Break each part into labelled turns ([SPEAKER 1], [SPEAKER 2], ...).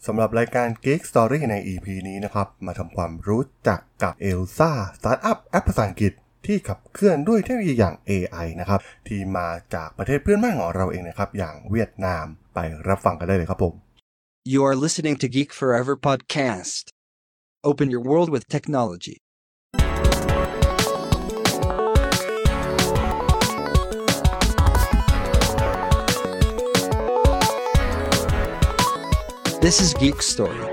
[SPEAKER 1] สำหรับรายการ Geek Story ใน EP นี้นะครับมาทำความรู้จักกับ Elsa สตาร์ทอัพแอปภาษาอังกฤษที่ขับเคลื่อนด้วยเทคโนโลยีอย่าง AI นะครับที่มาจากประเทศเพื่อนบ้านของเราเองนะครับอย่างเวียดนามไปรับฟังกันได้เลยครับผม
[SPEAKER 2] You are listening to Geek Forever podcast. Open your world with technology. This is Geek Story.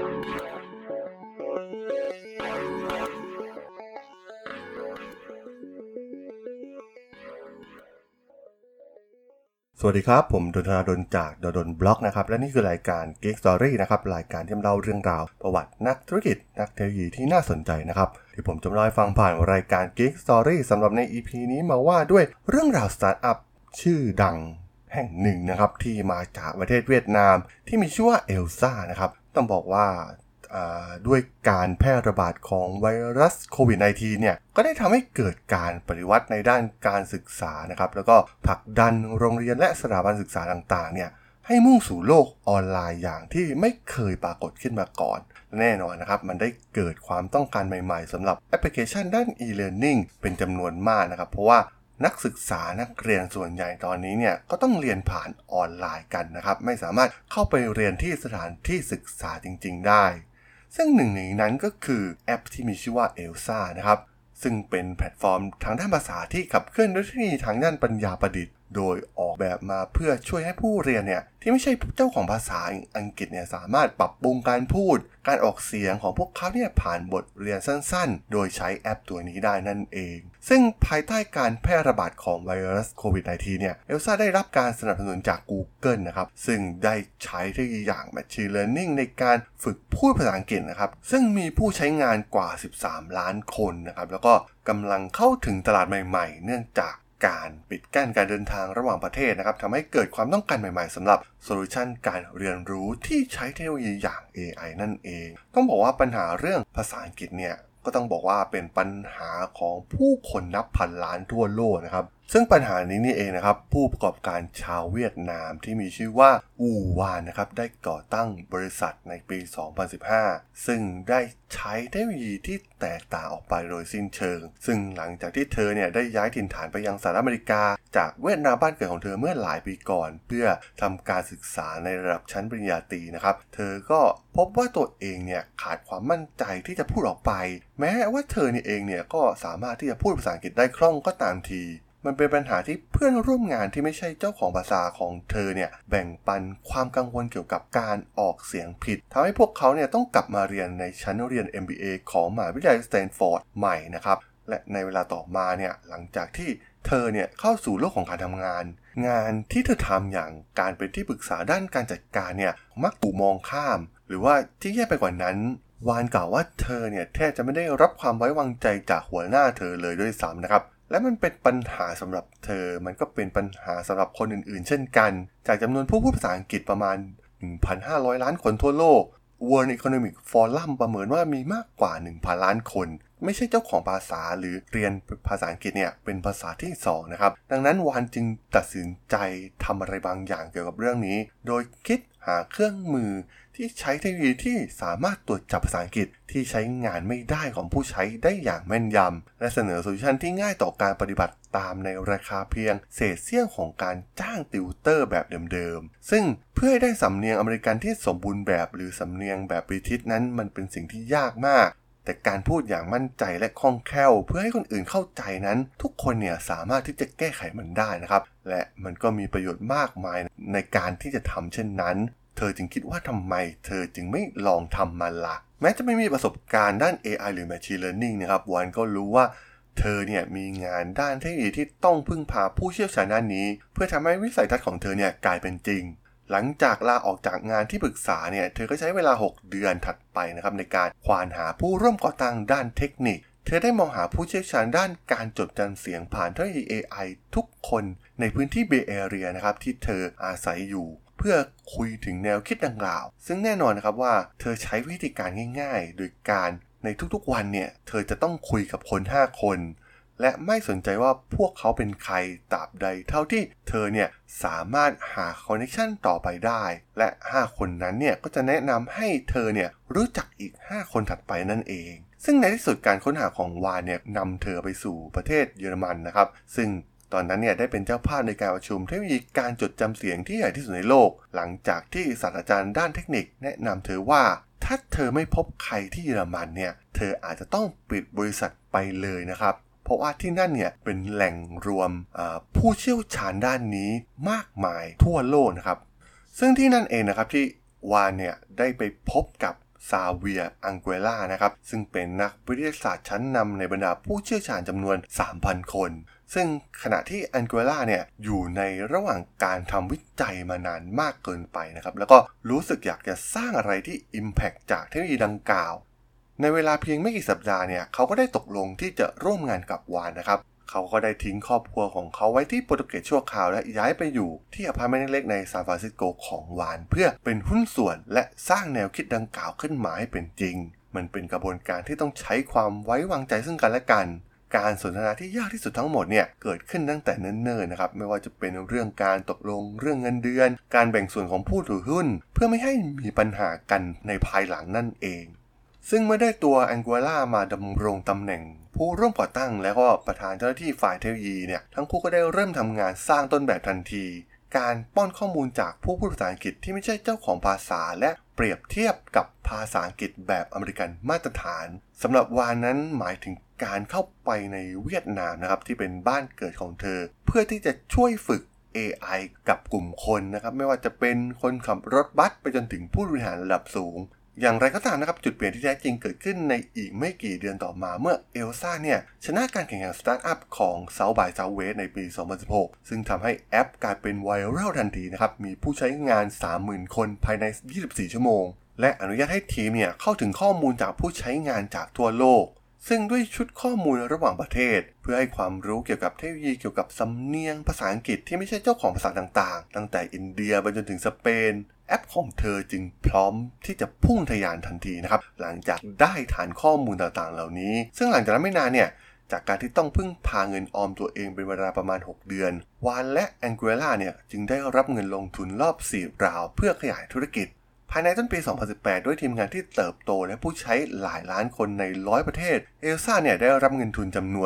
[SPEAKER 1] สวัสดีครับผมดนทนาดลจากดนบล็อกนะครับและนี่คือรายการ Geek Story นะครับรายการที่เล่าเรื่องราวประวัตินักธุรกิจนักเทคโนโลยีที่น่าสนใจนะครับที่ผมจะเล่าให้ฟังผ่านรายการ Geek Story สำหรับใน EP นี้มาว่าด้วยเรื่องราวสตาร์ทอัพชื่อดังแห่งหนึ่งนะครับที่มาจากประเทศเวียดนามที่มีชื่อว่า Elsa นะครับต้องบอกว่าด้วยการแพร่ระบาดของไวรัสโควิด -19 เนี่ยก็ได้ทำให้เกิดการปฏิวัติในด้านการศึกษานะครับแล้วก็ผลักดันโรงเรียนและสถาบันศึกษาต่างๆเนี่ยให้มุ่งสู่โลกออนไลน์อย่างที่ไม่เคยปรากฏขึ้นมาก่อนแน่นอนนะครับมันได้เกิดความต้องการใหม่ๆสำหรับแอปพลิเคชันด้าน e-learning เป็นจำนวนมากนะครับเพราะว่านักศึกษานักเรียนส่วนใหญ่ตอนนี้เนี่ยก็ต้องเรียนผ่านออนไลน์กันนะครับไม่สามารถเข้าไปเรียนที่สถานที่ศึกษาจริงๆได้ซึ่งหนึ่งในนั้นก็คือแอปที่มีชื่อว่า Elsa นะครับซึ่งเป็นแพลตฟอร์มทางด้านภาษาที่ขับเคลื่อนด้วยเทคโนโลยีทางด้านปัญญาประดิษฐ์โดยออกแบบมาเพื่อช่วยให้ผู้เรียนเนี่ยที่ไม่ใช่เจ้าของภาษาอังกฤษเนี่ยสามารถปรับปรุงการพูดการออกเสียงของพวกเขาเนี่ยผ่านบทเรียนสั้นๆโดยใช้แอปตัวนี้ได้นั่นเองซึ่งภายใต้การแพร่ระบาดของไวรัสโควิด -19 เนี่ย Elsa ได้รับการสนับสนุนจาก Google นะครับซึ่งได้ใช้เทคโนโลยีอย่าง Machine Learning ในการฝึกพูดภาษาอังกฤษนะครับซึ่งมีผู้ใช้งานกว่า13ล้านคนนะครับแล้วก็กำลังเข้าถึงตลาดใหม่ๆเนื่องจากการปิดกั้นการเดินทางระหว่างประเทศนะครับทำให้เกิดความต้องการใหม่ๆสำหรับโซลูชันการเรียนรู้ที่ใช้เทคโนโลยีอย่าง AI นั่นเองต้องบอกว่าปัญหาเรื่องภาษาอังกฤษเนี่ยก็ต้องบอกว่าเป็นปัญหาของผู้คนนับพันล้านทั่วโลกนะครับซึ่งปัญหานี้นี่เองนะครับผู้ประกอบการชาวเวียดนามที่มีชื่อว่าอู่วานนะครับได้ก่อตั้งบริษัทในปี 2015 ซึ่งได้ใช้เทคโนโลยีที่แตกต่างออกไปโดยสิ้นเชิงซึ่งหลังจากที่เธอเนี่ยได้ย้ายถิ่นฐานไปยังสหรัฐอเมริกาจากเวียดนามบ้านเกิดของเธอเมื่อหลายปีก่อนเพื่อทำการศึกษาในระดับชั้นปริญญาตรีนะครับเธอก็พบว่าตัวเองเนี่ยขาดความมั่นใจที่จะพูดออกไปแม้ว่าเธอเองเนี่ยก็สามารถที่จะพูดภาษาอังกฤษได้คล่องก็ตามทีมันเป็นปัญหาที่เพื่อนร่วมงานที่ไม่ใช่เจ้าของภาษาของเธอเนี่ยแบ่งปันความกังวลเกี่ยวกับการออกเสียงผิดทำให้พวกเขาเนี่ยต้องกลับมาเรียนในชั้นเรียน MBA ของมหาวิทยาลัยสแตนฟอร์ดใหม่นะครับและในเวลาต่อมาเนี่ยหลังจากที่เธอเนี่ยเข้าสู่โลกของการทำงานที่เธอทำอย่างการเป็นที่ปรึกษาด้านการจัดการเนี่ยมักถูกมองข้ามหรือว่าที่แย่ไปกว่านั้นวานกล่าวว่าเธอเนี่ยแทบจะไม่ได้รับความไว้วางใจจากหัวหน้าเธอเลยด้วยซ้ำนะครับและมันเป็นปัญหาสำหรับเธอมันก็เป็นปัญหาสำหรับคนอื่นๆเช่นกันจากจำนวนผู้พูดภาษาอังกฤษประมาณ 1,500 ล้านคนทั่วโลก World Economic Forum ประเมินว่ามีมากกว่า 1,000 ล้านคนไม่ใช่เจ้าของภาษาหรือเรียนภาษาอังกฤษเนี่ยเป็นภาษาที่2นะครับดังนั้นวานจึงตัดสินใจทำอะไรบางอย่างเกี่ยวกับเรื่องนี้โดยคิดหาเครื่องมือที่ใช้เทคโนโลยีที่สามารถตรวจจับภาษาอังกฤษที่ใช้งานไม่ได้ของผู้ใช้ได้อย่างแม่นยำและเสนอโซลูชันที่ง่ายต่อการปฏิบัติตามในราคาเพียงเศษเสี้ยวของการจ้างติวเตอร์แบบเดิมๆซึ่งเพื่อให้ได้สำเนียงอเมริกันที่สมบูรณ์แบบหรือสำเนียงแบบบริติชนั้นมันเป็นสิ่งที่ยากมากแต่การพูดอย่างมั่นใจและคล่องแคล่วเพื่อให้คนอื่นเข้าใจนั้นทุกคนเนี่ยสามารถที่จะแก้ไขมันได้นะครับและมันก็มีประโยชน์มากมายในการที่จะทำเช่นนั้นเธอจึงคิดว่าทำไมเธอจึงไม่ลองทำมันล่ะแม้จะไม่มีประสบการณ์ด้าน AI หรือ Machine Learning นะครับวานก็รู้ว่าเธอเนี่ยมีงานด้านเทคโนโลยีที่ต้องพึ่งพาผู้เชี่ยวชาญด้านนี้เพื่อทำให้วิสัยทัศน์ของเธอเนี่ยกลายเป็นจริงหลังจากลาออกจากงานที่ปรึกษาเนี่ยเธอก็ใช้เวลา6เดือนถัดไปนะครับในการควานหาผู้ร่วมก่อตั้งด้านเทคนิคเธอได้มองหาผู้เชี่ยวชาญด้านการจดจำเสียงผ่านเทคโนโลยี AI ทุกคนในพื้นที่เบย์แอเรียนะครับที่เธออาศัยอยู่เพื่อคุยถึงแนวคิดดังกล่าวซึ่งแน่นอนนะครับว่าเธอใช้วิธีการง่ายๆโดยการในทุกๆวันเนี่ยเธอจะต้องคุยกับคน5คนและไม่สนใจว่าพวกเขาเป็นใครตราบใดเท่าที่เธอเนี่ยสามารถหาคอนเนคชั่นต่อไปได้และ5คนนั้นเนี่ยก็จะแนะนำให้เธอเนี่ยรู้จักอีก5คนถัดไปนั่นเองซึ่งในที่สุดการค้นหาของวานเนี่ยนำเธอไปสู่ประเทศเยอรมันนะครับซึ่งตอนนั้นเนี่ยได้เป็นเจ้าภาพในการประชุมเทคโนโลยีการจดจำเสียงที่ใหญ่ที่สุดในโลกหลังจากที่ศาสตราจารย์ด้านเทคนิคแนะนำเธอว่าถ้าเธอไม่พบใครที่เยอรมันเนี่ยเธออาจจะต้องปิดบริษัทไปเลยนะครับเพราะว่าที่นั่นเนี่ยเป็นแหล่งรวมผู้เชี่ยวชาญด้านนี้มากมายทั่วโลกนะครับซึ่งที่นั่นเองนะครับที่วานเนี่ยได้ไปพบกับซาเวียร์อังเกล่านะครับซึ่งเป็นนักวิทยาศาสตร์ชั้นนำในบรรดาผู้เชี่ยวชาญจำนวน 3,000 คนซึ่งขณะที่อังเกล่าเนี่ยอยู่ในระหว่างการทำวิจัยมานานมากเกินไปนะครับแล้วก็รู้สึกอยากจะสร้างอะไรที่ Impact จากเทคโนโลยีดังกล่าวในเวลาเพียงไม่กี่สัปดาห์เนี่ยเขาก็ได้ตกลงที่จะร่วมงานกับวานนะครับเขาก็ได้ทิ้งครอบครัวของเขาไว้ที่โปรตุเกสชั่วคราวและย้ายไปอยู่ที่อพาร์ตเมนต์เล็กในซานฟรานซิสโกของวานเพื่อเป็นหุ้นส่วนและสร้างแนวคิดดังกล่าวขึ้นมาให้เป็นจริงมันเป็นกระบวนการที่ต้องใช้ความไว้วางใจซึ่งกันและกันการสนทนาที่ยากที่สุดทั้งหมดเนี่ยเกิดขึ้นตั้งแต่เนิ่นๆนะครับไม่ว่าจะเป็นเรื่องการตกลงเรื่องเงินเดือนการแบ่งส่วนของผู้ถือหุ้นเพื่อไม่ให้มีปัญหากันในภายหลังนั่นเองซึ่งเมื่อได้ตัวอังเกล่ามาดำรงตำแหน่งผู้ร่วมก่อตั้งและก็ประธานเจ้าหน้าที่ฝ่ายเทคโนโลยีเนี่ยทั้งคู่ก็ได้เริ่มทำงานสร้างต้นแบบทันทีการป้อนข้อมูลจากผู้พูดภาษาอังกฤษที่ไม่ใช่เจ้าของภาษาและเปรียบเทียบกับภาษาอังกฤษแบบอเมริกันมาตรฐานสำหรับวานนั้นหมายถึงการเข้าไปในเวียดนามนะครับที่เป็นบ้านเกิดของเธอเพื่อที่จะช่วยฝึก AI กับกลุ่มคนนะครับไม่ว่าจะเป็นคนขับรถบัสไปจนถึงผู้บริหารระดับสูงอย่างไรก็ตามนะครับจุดเปลี่ยนที่แท้จริงเกิดขึ้นในอีกไม่กี่เดือนต่อมาเมื่อเอลซ่าเนี่ยชนะการแข่งขันสตาร์ทอัพของ South by Southwest ในปี 2016 ซึ่งทำให้แอปกลายเป็นไวรัลทันทีนะครับมีผู้ใช้งาน 30,000 คนภายใน 24 ชั่วโมงและอนุญาตให้ทีมเนี่ยเข้าถึงข้อมูลจากผู้ใช้งานจากทั่วโลกซึ่งด้วยชุดข้อมูลระหว่างประเทศเพื่อให้ความรู้เกี่ยวกับเทคโนโลยีเกี่ยวกับสำเนียงภาษาอังกฤษที่ไม่ใช่เจ้าของภาษาต่างๆตั้งแต่อินเดียไปจนถึงสเปนแอปของเธอจึงพร้อมที่จะพุ่งทะยานทันทีนะครับหลังจากได้ฐานข้อมูลต่างๆเหล่านี้ซึ่งหลังจากนั้นไม่นานเนี่ยจากการที่ต้องพึ่งพาเงินออมตัวเองเป็นเวลาประมาณ6เดือนวานและแองเกล่าเนี่ยจึงได้รับเงินลงทุนรอบ4ราวเพื่อขยายธุรกิจภายในต้นปี 2018 ด้วยทีมงานที่เติบโตและผู้ใช้หลายล้านคนใน100ประเทศเอลซ่าเนี่ยได้รับเงินทุนจำนวน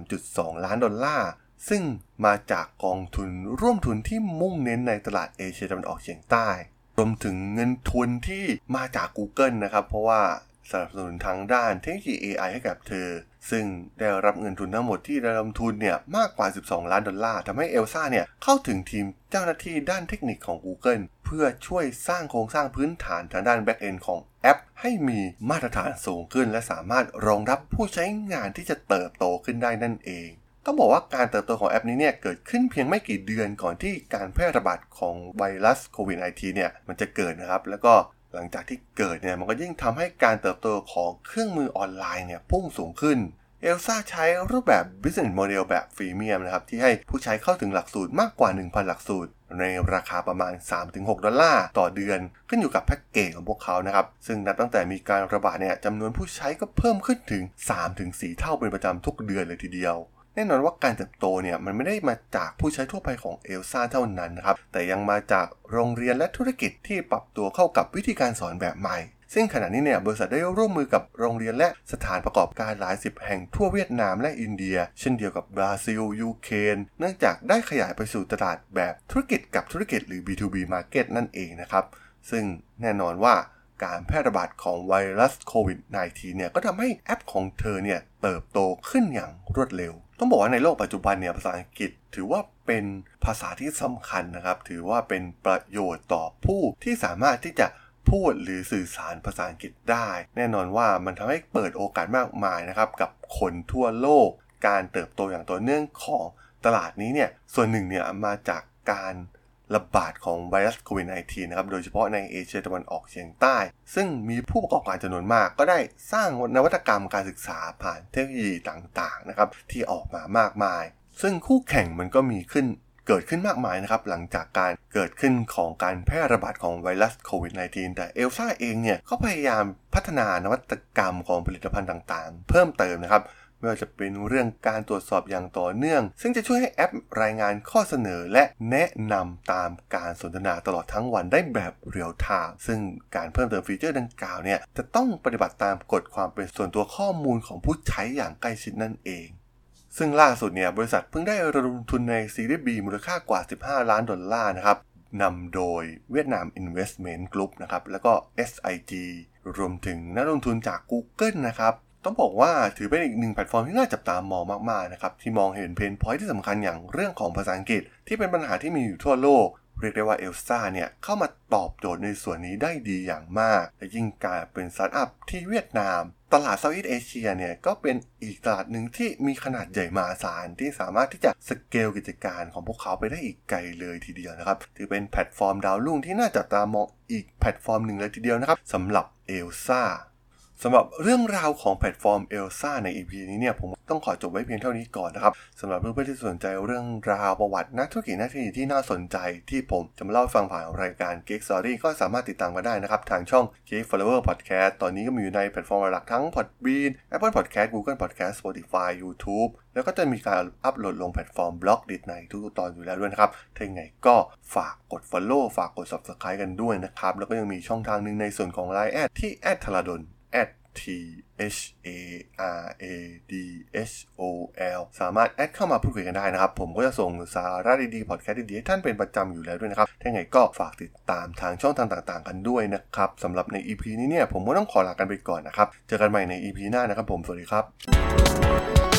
[SPEAKER 1] 3.2 ล้านดอลลาร์ซึ่งมาจากกองทุนร่วมทุนที่มุ่งเน้นในตลาดเอเชียตะวันออกเฉียงใต้รวมถึงเงินทุนที่มาจาก Google นะครับเพราะว่าสนับสนุนทางด้านเทคโนโลยี AI ให้กับเธอซึ่งได้รับเงินทุนทั้งหมดที่ระดมทุนเนี่ยมากกว่า12ล้านดอลลาร์ทำให้เอลซ่าเนี่ยเข้าถึงทีมเจ้าหน้าที่ด้านเทคนิคของ Google เพื่อช่วยสร้างโครงสร้างพื้นฐานทางด้าน Back-end ของแอปให้มีมาตรฐานสูงขึ้นและสามารถรองรับผู้ใช้งานที่จะเติบโตขึ้นได้นั่นเองต้องบอกว่าการเติบโตของแอปนี้เนี่ยเกิดขึ้นเพียงไม่กี่เดือนก่อนที่การแพร่ระบาดของไวรัสโควิด -19 เนี่ยมันจะเกิดนะครับแล้วก็หลังจากที่เกิดเนี่ยมันก็ยิ่งทำให้การเติบโตของเครื่องมือออนไลน์เนี่ยพุ่งสูงขึ้นเอลซ่าใช้รูปแบบ Business Model แบบฟรีเมียมนะครับที่ให้ผู้ใช้เข้าถึงหลักสูตรมากกว่า 1,000 หลักสูตรในราคาประมาณ 3-6 ดอลลาร์ต่อเดือนขึ้นอยู่กับแพ็กเกจของพวกเขานะครับซึ่งนับตั้งแต่มีการระบาดเนี่ยจำนวนผู้ใช้ก็เพิ่มขึ้นถึง 3-4 เท่าเป็นประจำทุกเดือนเลยทีเดียวแน่นอนว่าการเติบโตเนี่ยมันไม่ได้มาจากผู้ใช้ทั่วไปของเอลซ่าเท่านั้นนะครับแต่ยังมาจากโรงเรียนและธุรกิจที่ปรับตัวเข้ากับวิธีการสอนแบบใหม่ซึ่งขณะนี้เนี่ยบริษัทได้ร่วมมือกับโรงเรียนและสถานประกอบการหลายสิบแห่งทั่วเวียดนามและอินเดียเช่นเดียวกับบราซิลยูเครนเนื่องจากได้ขยายไปสู่ตลาดแบบธุรกิจกับธุรกิจหรือ B2B Market นั่นเองนะครับซึ่งแน่นอนว่าการแพร่ระบาดของไวรัสโควิด -19 เนี่ยก็ทำให้แอปของเธอเนี่ยเติบโตขึ้นอย่างรวดเร็วต้องบอกว่าในโลกปัจจุบันเนี่ยภาษาอังกฤษถือว่าเป็นภาษาที่สำคัญนะครับถือว่าเป็นประโยชน์ต่อผู้ที่สามารถที่จะพูดหรือสื่อสารภาษาอังกฤษได้แน่นอนว่ามันทำให้เปิดโอกาสมากมายนะครับกับคนทั่วโลกการเติบโตอย่างต่อเนื่องของตลาดนี้เนี่ยส่วนหนึ่งเนี่ยมาจากการระบาดของไวรัสโควิด -19 นะครับโดยเฉพาะในเอเชียตะวันออกเฉียงใต้ซึ่งมีผู้ประกอบการจำนวนมากก็ได้สร้างนวัตกรรมการศึกษาผ่านเทคโนโลยีต่างๆนะครับที่ออกมามากมายซึ่งคู่แข่งมันก็มีเกิดขึ้นมากมายนะครับหลังจากการเกิดขึ้นของการแพร่ระบาดของไวรัสโควิด -19 แต่เอลซ่าเองเนี่ยก็พยายามพัฒนานวัตกรรมของผลิตภัณฑ์ต่างๆเพิ่มเติมนะครับไม่ว่าจะเป็นเรื่องการตรวจสอบอย่างต่อเนื่องซึ่งจะช่วยให้แอปรายงานข้อเสนอและแนะนำตามการสนทนาตลอดทั้งวันได้แบบเรียลไทม์ซึ่งการเพิ่มเติมฟีเจอร์ดังกล่าวเนี่ยจะต้องปฏิบัติตามกฎความเป็นส่วนตัวข้อมูลของผู้ใช้อย่างใกล้ชิดนั่นเองซึ่งล่าสุดเนี่ยบริษัทเพิ่งได้ระดมทุนในซีรีส์ B มูลค่ากว่า$15 ล้านนะครับนำโดยเวียดนาม Investment Group นะครับแล้วก็ SIG รวมถึงนักลงทุนจาก Google นะครับต้องบอกว่าถือเป็นอีกหนึ่งแพลตฟอร์มที่น่าจับตามองมากๆนะครับที่มองเห็นเพนพอยท์ที่สำคัญอย่างเรื่องของภาษาอังกฤษที่เป็นปัญหาที่มีอยู่ทั่วโลกเรียกได้ว่า Elsa เนี่ยเข้ามาตอบโจทย์ในส่วนนี้ได้ดีอย่างมากและยิ่งกลายเป็นสตาร์ทอัพที่เวียดนามตลาดเซาท์อีสต์เอเชียเนี่ยก็เป็นอีกตลาดหนึ่งที่มีขนาดใหญ่มหาศาลที่สามารถที่จะสเกลกิจการของพวกเขาไปได้อีกไกลเลยทีเดียวนะครับถือเป็นแพลตฟอร์มดาวรุ่งที่น่าจับตามองอีกแพลตฟอร์มหนึ่งเลยทีเดียวนะครับสำหรับ Elsaสำหรับเรื่องราวของแพลตฟอร์ม Elsa ใน EP นี้เนี่ยผมต้องขอจบไว้เพียงเท่านี้ก่อนนะครับสำหรับเพื่อนๆที่สนใจเรื่องราวประวัตินักธุรกิจหน้าที่ที่น่าสนใจที่ผมจะมาเล่าฟังผ่านรายการ Geek Story ก็สามารถติดตามกันได้นะครับทางช่อง Geek Forever Podcast ตอนนี้ก็มีอยู่ในแพลตฟอร์มหลักทั้ง Podbean Apple Podcast Google Podcast Spotify YouTube แล้วก็จะมีการอัปโหลดลงแพลตฟอร์ม Blogdit ในทุกๆตอนอยู่แล้วด้วยนะครับถ้าอย่างไรก็ฝากกด Follow ฝากกด Subscribe กันด้วยนะครับแล้วก็ยังมีช่องทางนึงในส่วนของ LINE แอดที่@thradol THARADHOL สามารถแอดเข้ามาพูดคุยกันได้นะครับผมก็จะส่งสาระดีๆพอดแคสต์ดีๆให้ท่านเป็นประจำอยู่แล้วด้วยนะครับถ้าไงก็ฝากติดตามทางช่องทางต่างๆกันด้วยนะครับสำหรับใน EP นี้เนี่ยผมก็ต้องขอลากันไปก่อนนะครับเจอกันใหม่ใน EP หน้านะครับผมสวัสดีครับ